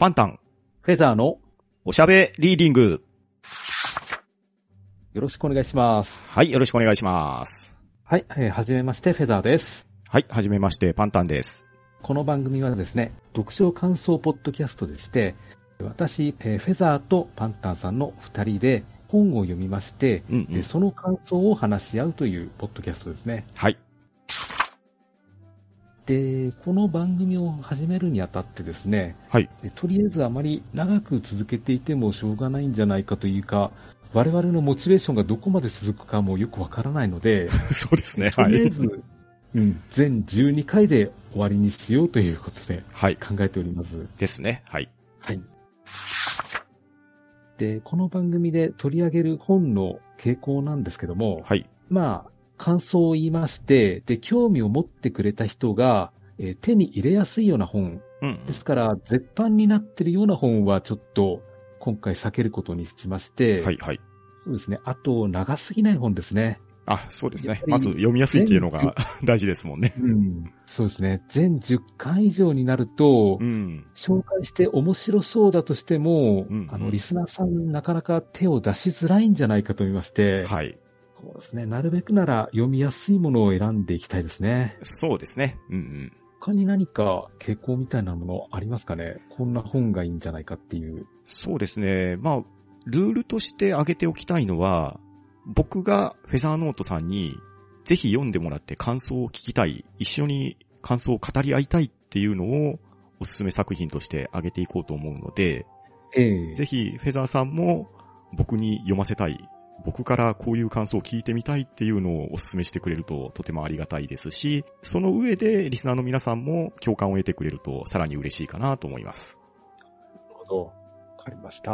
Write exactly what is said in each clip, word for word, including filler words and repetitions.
パンタン。 フェザーのおしゃべリーディング。 よろしくお願いします。 はい、よろしくお願いします。 はい、えー、はじめまして、フェザーです。 はい、はじめまして、パンタンです。 この番組はですね、読書感想ポッドキャストでして、私、えー、フェザーとパンタンさんの二人で本を読みまして、うんうん、でその感想を話し合うというポッドキャストですね。 はい。 で、この番組を始めるにあたってですね、 はい。 とりあえずあまり長く続けていてもしょうがないんじゃないかというか、我々のモチベーションがどこまで続くかもよくわからないので、 そうですね、 はい。とりあえず、うん、全じゅうにかいで終わりにしようということで、はい。考えております。 ですね、はい。 はい。で、この番組で取り上げる本の傾向なんですけども、 はい。 まあ、感想を言いまして、で、興味を持ってくれた人が、えー、手に入れやすいような本、うんうん、ですから、絶版になっているような本はちょっと、今回避けることにしまして、 はいはい。 そうですね。あと、長すぎない本ですね。 あ、そうですね。まず読みやすいっていうのが大事ですもんね。 うん。そうですね。全じゅっかん以上になると、うん、紹介して面白そうだとしても、うんうん、あの、リスナーさんなかなか手を出しづらいんじゃないかと思いまして、 はい。 そうですね。なるべくなら読みやすいものを選んでいきたいですね。 そうですね。うんうん。 他に何か傾向みたいなものありますかね？こんな本がいいんじゃないかっていう。 そうですね。まあ、ルールとして挙げておきたいのは、僕がフェザーノートさんにぜひ読んでもらって感想を聞きたい、一緒に感想を語り合いたいっていうのをおすすめ作品として挙げていこうと思うので、 えー、 ぜひフェザーさんも僕に読ませたい、僕からこういう感想を聞いてみたいっていうのをお勧めしてくれるととてもありがたいですし、その上でリスナーの皆さんも共感を得てくれるとさらに嬉しいかなと思います。 なるほど。わかりました。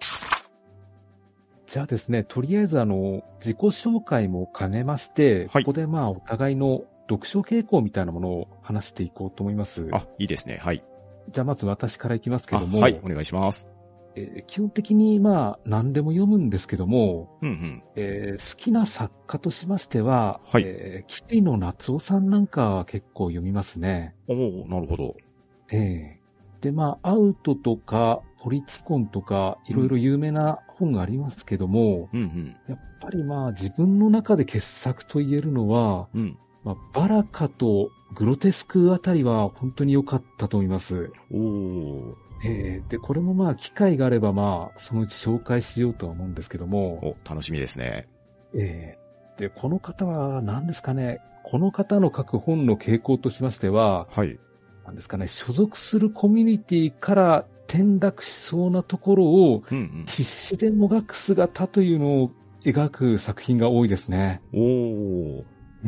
じゃあですね、とりあえずあの、自己紹介も兼ねまして、はい、ここでまあお互いの読書傾向みたいなものを話していこうと思います。 あ、いいですね。はい。 じゃあまず私からいきますけども。 はい、お願いします。 えー、基本的にまあ何でも読むんですけども、 うんうんえー、好きな作家としましては、はい、えー、桐野夏夫さんなんかは結構読みますね。 おお、なるほど。 えー、でまあアウトとかポリティコンとかいろいろ有名な本がありますけども、 うんうん、 やっぱりまあ自分の中で傑作と言えるのは、 うんまあ、バラカとグロテスクあたりは本当に良かったと思います。 おー。 えー、で、これもまあ機会があればまあそのうち紹介しようとは思うんですけども。 お、楽しみですね。 えー、で、この方は何ですかね、この方の書く本の傾向としましては、 はい。 何ですかね、所属するコミュニティから転落しそうなところを必死でもがく姿というのを描く作品が多いですね。 おー。 うん、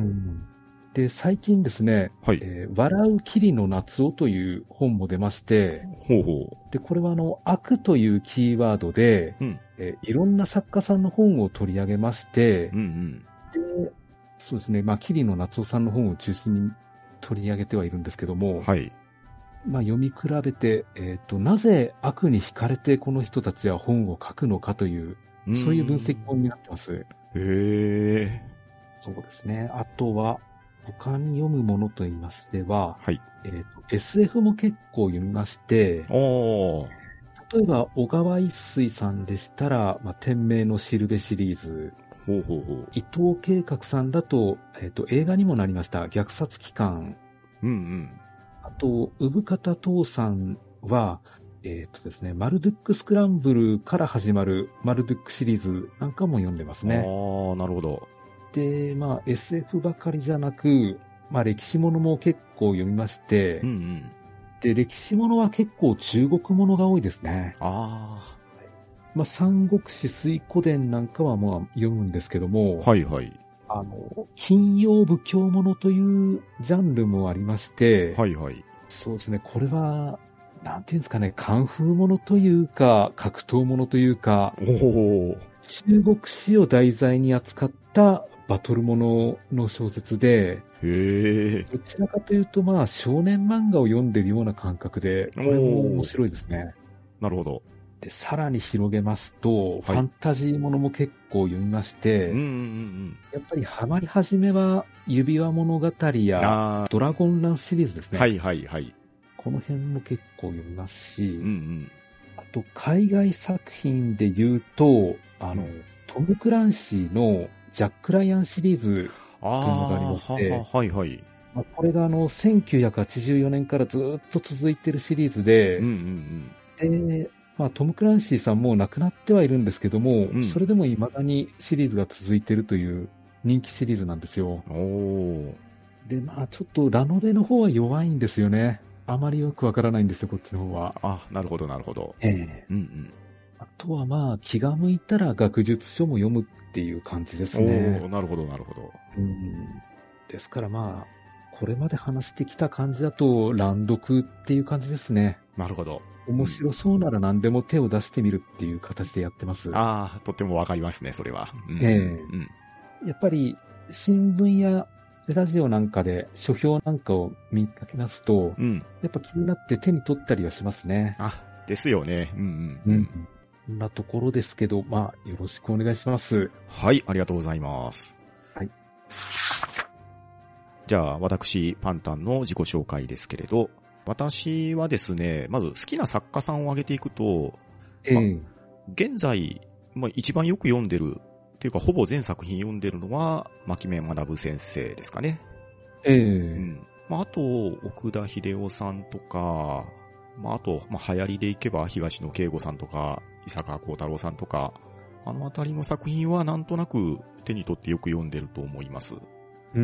で、最近ですね、 はいえー、笑う桐野夏夫という本も出まして、 ほうほう。で、これはあの、悪というキーワードで、 うんえー、いろんな作家さんの本を取り上げまして、 うんうん、 で、そうですね、まあ、桐野夏夫さんの本を中心に取り上げてはいるんですけども、 はい。 まあ、読み比べて、えっと、なぜ悪に惹かれてこの人たちは本を書くのかという、うそういう分析本になってます。 へえ。 そうですね。あとは、他に読むものと言いましては、 はい。 えっと、エスエフ も結構読みまして、 おー。 例えば、小川一水さんでしたら、まあ、天命のしるべシリーズ。 ほうほうほう。 伊藤計画さんだと、えっと、映画にもなりました、虐殺期間。 うんうん。 あと、産方父さんは、えっとですね、マルドゥックスクランブルから始まるマルドゥックシリーズなんかも読んでますね。 ああ、なるほど。 で、まあ エスエフ ばかりじゃなく、まあ歴史ものも結構読みまして、 うんうん、 で、歴史ものは結構中国ものが多いですね。 ああ。 まあ三国志水古伝なんかはまあ読むんですけども、 はいはい。 あの、金曜仏教ものというジャンルもありまして、 はいはい。 そうですね、これは、なんていうんですかね、カンフーものというか、格闘ものというか、 お中国史を題材に扱ったバトルものの小説で、 へどちらかというと、まあ、少年漫画を読んでるような感覚で、これも面白いですね。 なるほど。 で、さらに広げますと、はい、ファンタジーものも結構読みまして、 うんうんうん、 やっぱりハマり始めは、指輪物語やドラゴンランシリーズですね。 はいはいはい。 この辺も結構読みますし、 うんうん、 あと、海外作品で言うと、あの、うん、トム・クランシーのジャック・ライアンシリーズというのがありまして、 はははいはい。 まあ、これがあの、せんきゅうひゃくはちじゅうよねんからずっと続いているシリーズで、 うんうんうん、 で、まあ、トム・クランシーさんもう亡くなってはいるんですけども、 うん、 それでも未だにシリーズが続いているという人気シリーズなんですよ。 おで、まあ、ちょっとラノベの方は弱いんですよね。あまりよくわからないんですよ、こっちの方は。 あ、なるほど、なるほど。 ええうんうん。 あとはまあ、気が向いたら学術書も読むっていう感じですね。 おー、なるほど、なるほど。 うん。ですからまあ、これまで話してきた感じだと、乱読っていう感じですね。 なるほど。 面白そうなら何でも手を出してみるっていう形でやってます。 うん、ああ、とってもわかりますね、それは。うん、 ええうん、やっぱり、新聞やラジオなんかで書評なんかを見かけますと、うん、やっぱ気になって手に取ったりはしますね。 あ、ですよね。うんうん、うん。うんこんなところですけど、まあ、よろしくお願いします。 はい、ありがとうございます。 はい。 じゃあ、私、パンタンの自己紹介ですけれど、私はですね、まず好きな作家さんを挙げていくと、 えーま、現在、まあ、一番よく読んでる、っていうかほぼ全作品読んでるのは、牧目学先生ですかね。 ええー。 うん。まあ、あと、奥田秀夫さんとか、まあ、あと、まあ、流行りでいけば東野圭吾さんとか、伊坂幸太郎さんとか、あのあたりの作品はなんとなく手に取ってよく読んでると思います。 うん、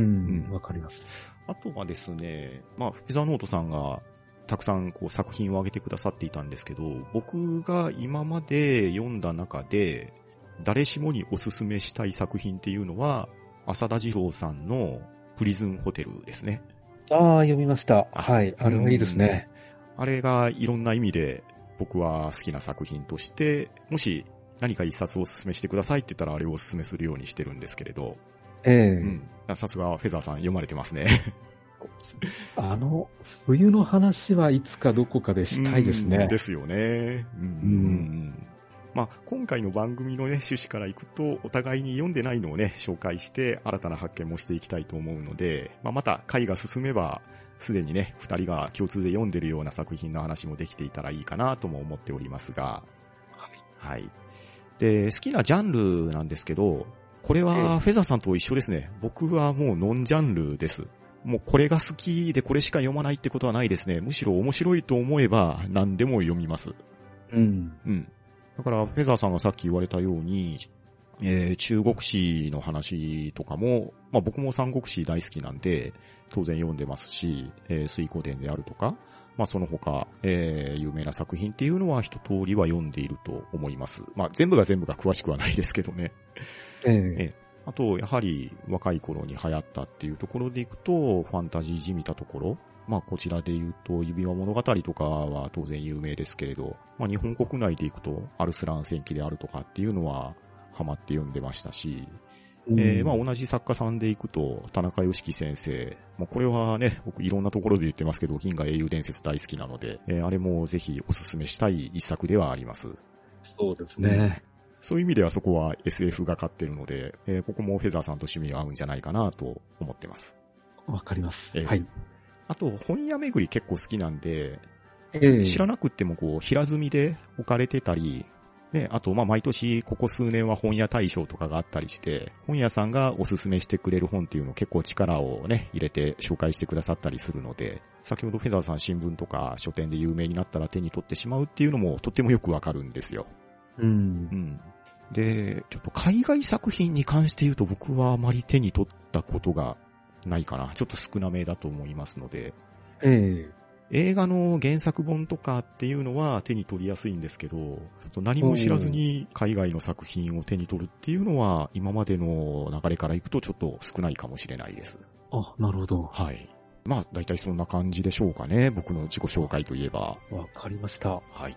わ、うん、かります。 あとはですね、まあ、フェザーノートさんがたくさんこう作品を挙げてくださっていたんですけど、僕が今まで読んだ中で、誰しもにおすすめしたい作品っていうのは、浅田次郎さんのプリズンホテルですね。 ああ、読みました。はい。あれはいいですね。 あれがいろんな意味で僕は好きな作品として、もし何か一冊をおすすめしてくださいって言ったらあれをおすすめするようにしてるんですけれど。 ええうん。さすがフェザーさん読まれてますね。 あの、冬の話はいつかどこかでしたいですね。 ですよね。うん。うんまあ、今回の番組のね、趣旨からいくと、お互いに読んでないのをね、紹介して、新たな発見もしていきたいと思うので、まあ、また回が進めば、すでにね、二人が共通で読んでるような作品の話もできていたらいいかなとも思っておりますが、はい。はい。で、好きなジャンルなんですけど、これはフェザーさんと一緒ですね。僕はもうノンジャンルです。もうこれが好きでこれしか読まないってことはないですね。むしろ面白いと思えば何でも読みます。 うん。 うん。だから、フェザーさんがさっき言われたように、えー、中国史の話とかも、まあ僕も三国史大好きなんで、当然読んでますし、えー、水滸伝であるとか、まあその他、えー、有名な作品っていうのは一通りは読んでいると思います。まあ全部が全部が詳しくはないですけどね。 えー、 えー、あと、やはり若い頃に流行ったっていうところでいくと、ファンタジーじみたところ、まあこちらで言うと、指輪物語とかは当然有名ですけれど、まあ日本国内で行くと、アルスラン戦記であるとかっていうのはハマって読んでましたし、うん、えー、まあ同じ作家さんで行くと、田中良樹先生、まあこれはね、僕いろんなところで言ってますけど、銀河英雄伝説大好きなので、えー、あれもぜひおすすめしたい一作ではあります。 そうですね。 そういう意味ではそこは エスエフ が勝ってるので、えー、ここもフェザーさんと趣味が合うんじゃないかなと思ってます。 わかります。 えー、 はい。 あと、本屋巡り結構好きなんで、 えー、 知らなくってもこう、平積みで置かれてたり、ね、あと、ま、毎年、ここ数年は本屋大賞とかがあったりして、本屋さんがおすすめしてくれる本っていうのを結構力をね、入れて紹介してくださったりするので、先ほどフェザーさん新聞とか書店で有名になったら手に取ってしまうっていうのもとってもよくわかるんですよ。 うん。 うん。で、ちょっと海外作品に関して言うと僕はあまり手に取ったことがないかな。ちょっと少なめだと思いますので。 ええ。 映画の原作本とかっていうのは手に取りやすいんですけど、何も知らずに海外の作品を手に取るっていうのは今までの流れからいくとちょっと少ないかもしれないです。 あ、なるほど。 はい。まあ大体そんな感じでしょうかね。僕の自己紹介といえば。 わかりました。 はい。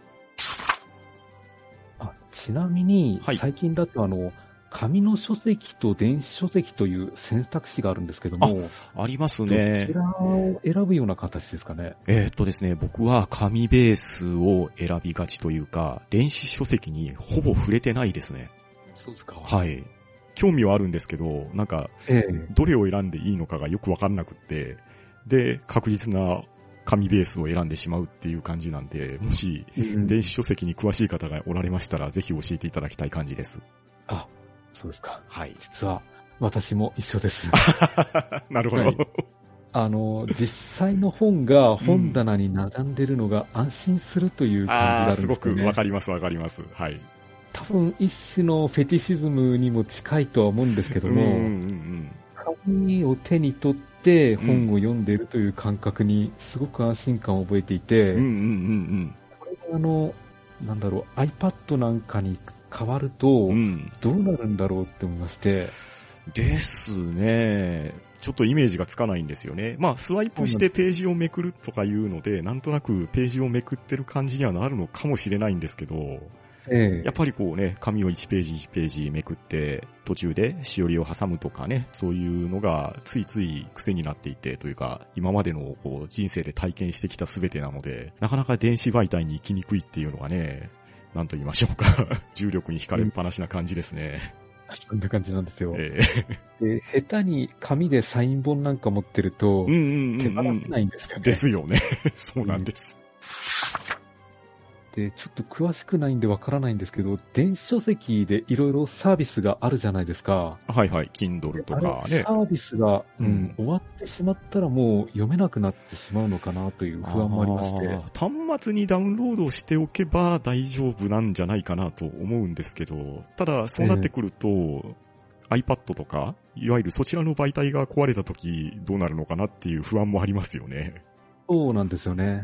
あ、ちなみに、はい、最近だとあの、紙の書籍と電子書籍という選択肢があるんですけども。 あ、ありますね。 どちらを選ぶような形ですかね。 えー、っとですね、僕は紙ベースを選びがちというか、電子書籍にほぼ触れてないですね。 そうですか。 はい。興味はあるんですけど、なんか、えー、どれを選んでいいのかがよくわかんなくって、で、確実な紙ベースを選んでしまうっていう感じなんで、もし、電子書籍に詳しい方がおられましたら、ぜひ教えていただきたい感じです。 あ、そうですか。 はい。 実は、私も一緒です。 なるほど。はい、 あの、実際の本が本棚に並んでるのが安心するという感じがあるんですよね。 ああ、すごくわかりますわかります。はい。 多分一種のフェティシズムにも近いとは思うんですけども、うんうんうん、紙を手に取って本を読んでいるという感覚にすごく安心感を覚えていて、うんうんうんうん、これがあの、なんだろう、iPad なんかに変わると、どうなるんだろうって思いまして。 ですね。ちょっとイメージがつかないんですよね。まあ、スワイプしてページをめくるとかいうので、なんとなくページをめくってる感じにはなるのかもしれないんですけど、ええ、やっぱりこうね、紙をいちページいちページめくって、途中でしおりを挟むとかね、そういうのがついつい癖になっていて、というか、今までのこう人生で体験してきた全てなので、なかなか電子媒体に行きにくいっていうのがね、なんと言いましょうか。重力に惹かれっぱなしな感じですね。 そんな感じなんですよ。えー、で下手に紙でサイン本なんか持ってると、うんうんうんうん、手放せないんですよね。 ですよね。そうなんです。 で、ちょっと詳しくないんでわからないんですけど、電子書籍でいろいろサービスがあるじゃないですか。 はいはい、Kindle とかね。 サービスが、うん、うん、終わってしまったらもう読めなくなってしまうのかなという不安もありまして。 端末にダウンロードしておけば大丈夫なんじゃないかなと思うんですけど、ただそうなってくると、えー、iPad とか、いわゆるそちらの媒体が壊れた時どうなるのかなっていう不安もありますよね。 そうなんですよね。 うん。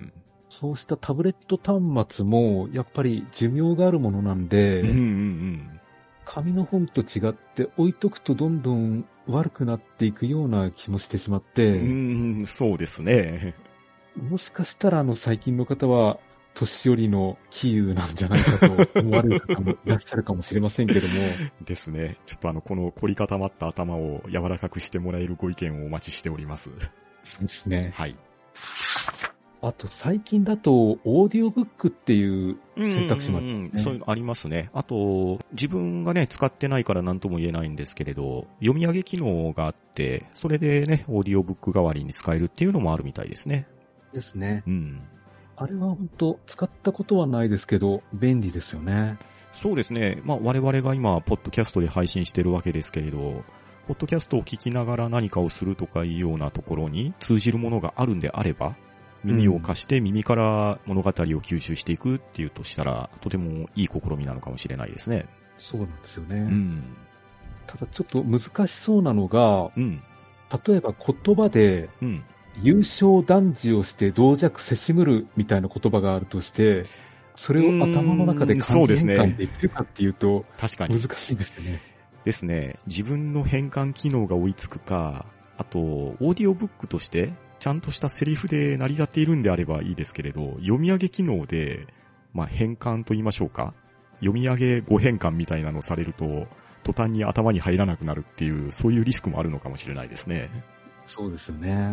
そうしたタブレット端末も、やっぱり寿命があるものなんで、うんうんうん、紙の本と違って置いとくとどんどん悪くなっていくような気もしてしまって、 うん、そうですね。 もしかしたらあの最近の方は、年寄りの杞憂なんじゃないかと思われる方もいらっしゃるかもしれませんけども。 ですね。ちょっとあの、この凝り固まった頭を柔らかくしてもらえるご意見をお待ちしております。 そうですね。 はい。 あと最近だと、オーディオブックっていう選択肢もある、ね、うんうんうん。 そういうのありますね。あと、自分がね、使ってないから何とも言えないんですけれど、読み上げ機能があって、それでね、オーディオブック代わりに使えるっていうのもあるみたいですね。 ですね。 うん。 あれは本当使ったことはないですけど、便利ですよね。 そうですね。まあ我々が今、ポッドキャストで配信してるわけですけれど、ポッドキャストを聞きながら何かをするとかいうようなところに通じるものがあるんであれば、耳を貸して耳から物語を吸収していくっていうとしたら、とてもいい試みなのかもしれないですね。 そうなんですよね。 うん、 ただちょっと難しそうなのが、 うん、 例えば言葉で、うん、優勝断じをして同弱せしむるみたいな言葉があるとして、それを頭の中で漢字変換できるかっていうと、 確かに難しいですよね。 ですね。自分の変換機能が追いつくか、あと、オーディオブックとして、ちゃんとしたセリフで成り立っているんであればいいですけれど、読み上げ機能で、まあ、変換と言いましょうか。読み上げ誤変換みたいなのをされると、途端に頭に入らなくなるっていう、そういうリスクもあるのかもしれないですね。 そうですよね。 うんうんうん、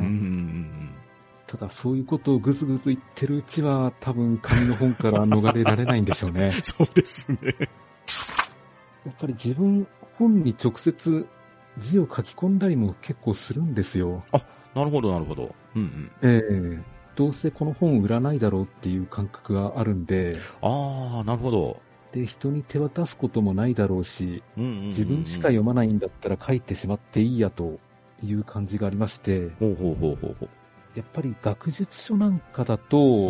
ただそういうことをぐずぐず言ってるうちは、多分紙の本から逃れられないんでしょうね。 そうですね。 やっぱり自分、本に直接字を書き込んだりも結構するんですよ。 あ、なるほどなるほど。うんうん。 ええー、どうせこの本売らないだろうっていう感覚があるんで。 ああ、なるほど。 で、人に手渡すこともないだろうし、うんうんうんうん、自分しか読まないんだったら書いてしまっていいやという感じがありまして。 ほうほうほうほうほう。 やっぱり学術書なんかだと、うんうん、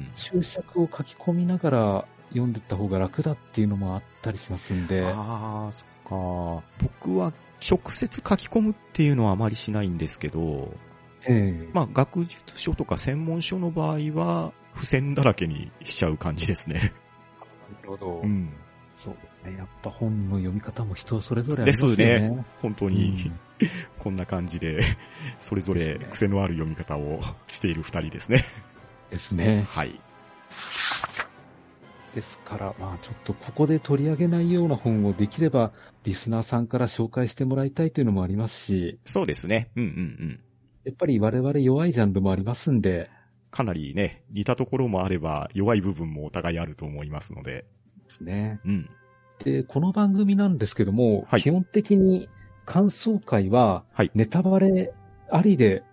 注釈を書き込みながら読んでった方が楽だっていうのもあったりしますんで。 ああ、そっか。僕は直接書き込むっていうのはあまりしないんですけど、 えー、 まあ学術書とか専門書の場合は付箋だらけにしちゃう感じですね。 なるほど。 うん。 そうね。やっぱ本の読み方も人それぞれありますよね。 ですね。本当に、うん、こんな感じで、それぞれ癖のある読み方をしている二人ですね。 ですね。 はい。 ですから、まあちょっとここで取り上げないような本をできれば、リスナーさんから紹介してもらいたいというのもありますし。 そうですね。うんうんうん。 やっぱり我々弱いジャンルもありますんで。 かなりね、似たところもあれば、弱い部分もお互いあると思いますので。 ですね。 うん。 で、この番組なんですけども、はい、基本的に感想会は、ネタバレありで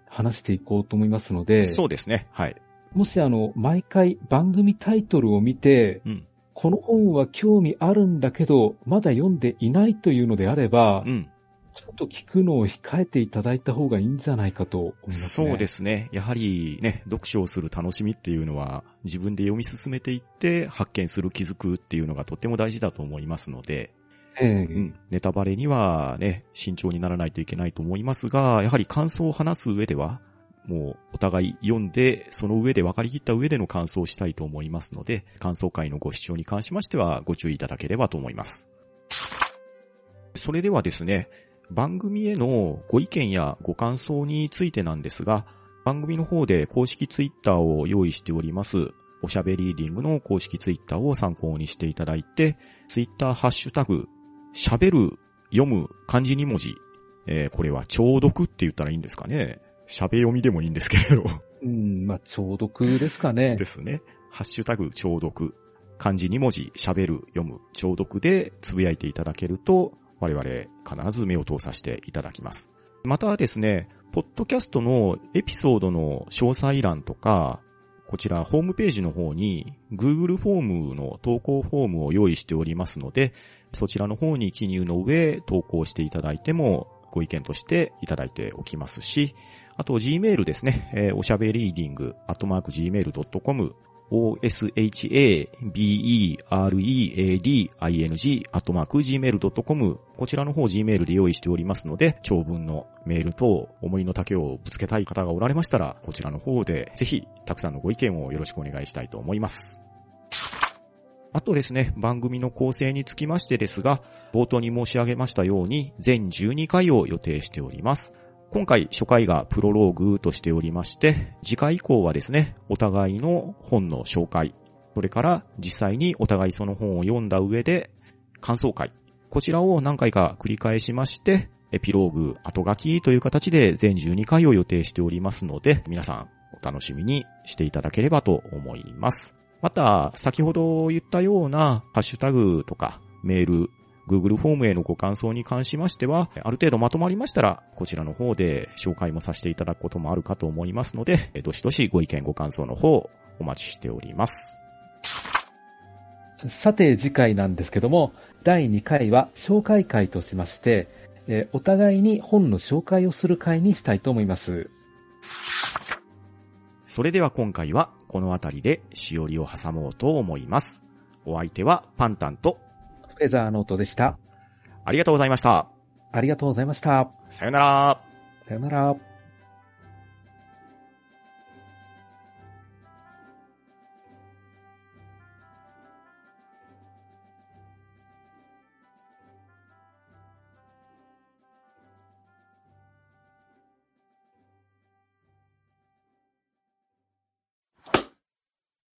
話していこうと思いますので。 そうですね。はい。 もしあの、毎回番組タイトルを見て、うん、この本は興味あるんだけど、まだ読んでいないというのであれば、うん、ちょっと聞くのを控えていただいた方がいいんじゃないかと思いますね。 そうですね。やはりね、読書をする楽しみっていうのは、自分で読み進めていって発見する、気づくっていうのがとっても大事だと思いますので、えーうん、ネタバレにはね、慎重にならないといけないと思いますが、やはり感想を話す上では、もうお互い読んで、その上で分かりきった上での感想をしたいと思いますので、感想会のご視聴に関しましてはご注意いただければと思います。それではですね、番組へのご意見やご感想についてなんですが、番組の方で公式ツイッターを用意しております。おしゃべりーディングの公式ツイッターを参考にしていただいて、ツイッターハッシュタグ、喋る、読む、漢字に文字。えー、これは聴読って言ったらいいんですかね。喋読みでもいいんですけれど。 うん、まあ、聴読ですかね。 ですね。ハッシュタグ、聴読。漢字に文字、喋る、読む、聴読でつぶやいていただけると、我々必ず目を通させていただきます。またですね、ポッドキャストのエピソードの詳細欄とか、こちらホームページの方に Google フォームの投稿フォームを用意しておりますので、そちらの方に記入の上投稿していただいてもご意見としていただいておきますし、あと Gmail ですね、えー、おしゃべりーディングアットマーク ジーメールドットコム オーエスエイチエービーイーアールイーエーディーアイエヌジー アットマーク ジーメールドットコム こちらの方 Gmail で用意しておりますので、長文のメールと思いの丈をぶつけたい方がおられましたら、こちらの方でぜひたくさんのご意見をよろしくお願いしたいと思います。あとですね、番組の構成につきましてですが、冒頭に申し上げましたように全じゅうにかいを予定しております。今回初回がプロローグとしておりまして、次回以降はですね、お互いの本の紹介、それから実際にお互いその本を読んだ上で感想会、こちらを何回か繰り返しまして、エピローグ、後書きという形で全じゅうにかいを予定しておりますので、皆さんお楽しみにしていただければと思います。また、先ほど言ったようなハッシュタグとかメール、Google フォームへのご感想に関しましては、ある程度まとまりましたら、こちらの方で紹介もさせていただくこともあるかと思いますので、どしどしご意見ご感想の方、お待ちしております。 さて、次回なんですけども、だいにかいは紹介会としまして、えー、お互いに本の紹介をする会にしたいと思います。 それでは今回はこのあたりでしおりを挟もうと思います。お相手はパンタンとフェザーノートでした。 ありがとうございました。 ありがとうございました。 さよなら。 さよなら。